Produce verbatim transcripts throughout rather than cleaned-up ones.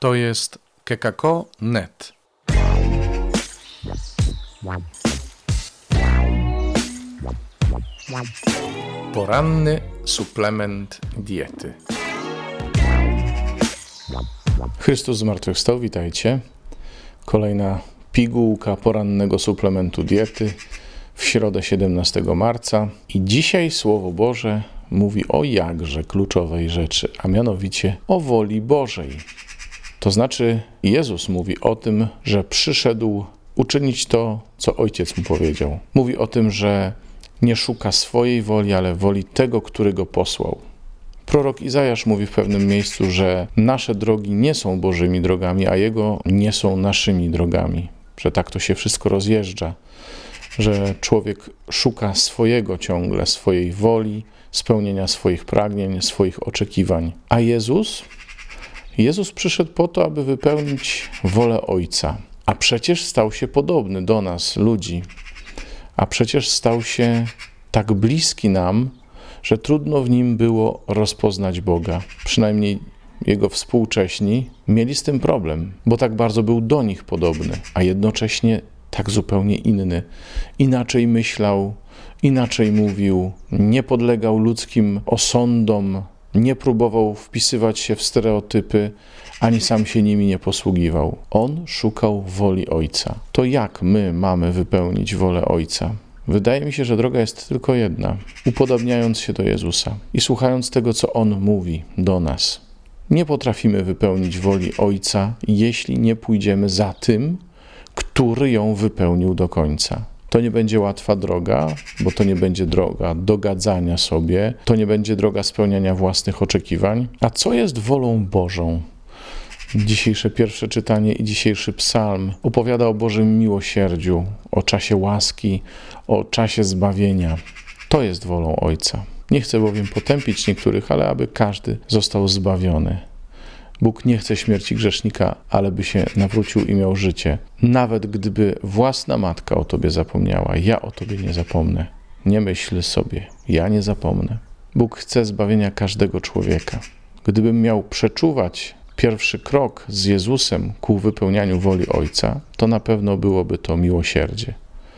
To jest kekako kropka net. Poranny suplement diety. Chrystus zmartwychwstał, witajcie. Kolejna pigułka porannego suplementu diety w środę siedemnastego marca. I dzisiaj Słowo Boże mówi o jakże kluczowej rzeczy, a mianowicie o woli Bożej. To znaczy Jezus mówi o tym, że przyszedł uczynić to, co Ojciec mu powiedział. Mówi o tym, że nie szuka swojej woli, ale woli tego, który go posłał. Prorok Izajasz mówi w pewnym miejscu, że nasze drogi nie są Bożymi drogami, a Jego nie są naszymi drogami. Że tak to się wszystko rozjeżdża. Że człowiek szuka swojego ciągle, swojej woli, spełnienia swoich pragnień, swoich oczekiwań. A Jezus? Jezus przyszedł po to, aby wypełnić wolę Ojca. A przecież stał się podobny do nas, ludzi. A przecież stał się tak bliski nam, że trudno w Nim było rozpoznać Boga. Przynajmniej Jego współcześni mieli z tym problem, bo tak bardzo był do nich podobny, a jednocześnie tak zupełnie inny. Inaczej myślał, inaczej mówił, nie podlegał ludzkim osądom, nie próbował wpisywać się w stereotypy, ani sam się nimi nie posługiwał. On szukał woli Ojca. To jak my mamy wypełnić wolę Ojca? Wydaje mi się, że droga jest tylko jedna. Upodobniając się do Jezusa i słuchając tego, co On mówi do nas. Nie potrafimy wypełnić woli Ojca, jeśli nie pójdziemy za tym, który ją wypełnił do końca. To nie będzie łatwa droga, bo to nie będzie droga dogadzania sobie, to nie będzie droga spełniania własnych oczekiwań. A co jest wolą Bożą? Dzisiejsze pierwsze czytanie i dzisiejszy psalm opowiada o Bożym miłosierdziu, o czasie łaski, o czasie zbawienia. To jest wolą Ojca. Nie chcę bowiem potępić niektórych, ale aby każdy został zbawiony. Bóg nie chce śmierci grzesznika, ale by się nawrócił i miał życie. Nawet gdyby własna matka o Tobie zapomniała, ja o Tobie nie zapomnę. Nie myśl sobie, ja nie zapomnę. Bóg chce zbawienia każdego człowieka. Gdybym miał przeczuwać pierwszy krok z Jezusem ku wypełnianiu woli Ojca, to na pewno byłoby to miłosierdzie.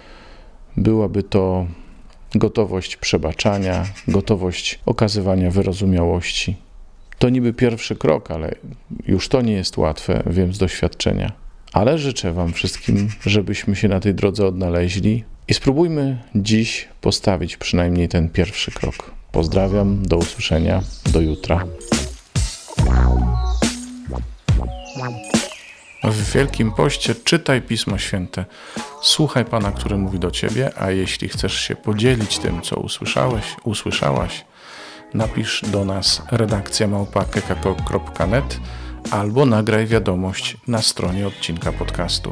Byłaby to gotowość przebaczania, gotowość okazywania wyrozumiałości. To niby pierwszy krok, ale już to nie jest łatwe, wiem z doświadczenia. Ale życzę Wam wszystkim, żebyśmy się na tej drodze odnaleźli i spróbujmy dziś postawić przynajmniej ten pierwszy krok. Pozdrawiam, do usłyszenia, do jutra. W Wielkim Poście czytaj Pismo Święte, słuchaj Pana, który mówi do Ciebie, a jeśli chcesz się podzielić tym, co usłyszałeś, usłyszałaś, napisz do nas redakcja małpa kekako kropka net albo nagraj wiadomość na stronie odcinka podcastu.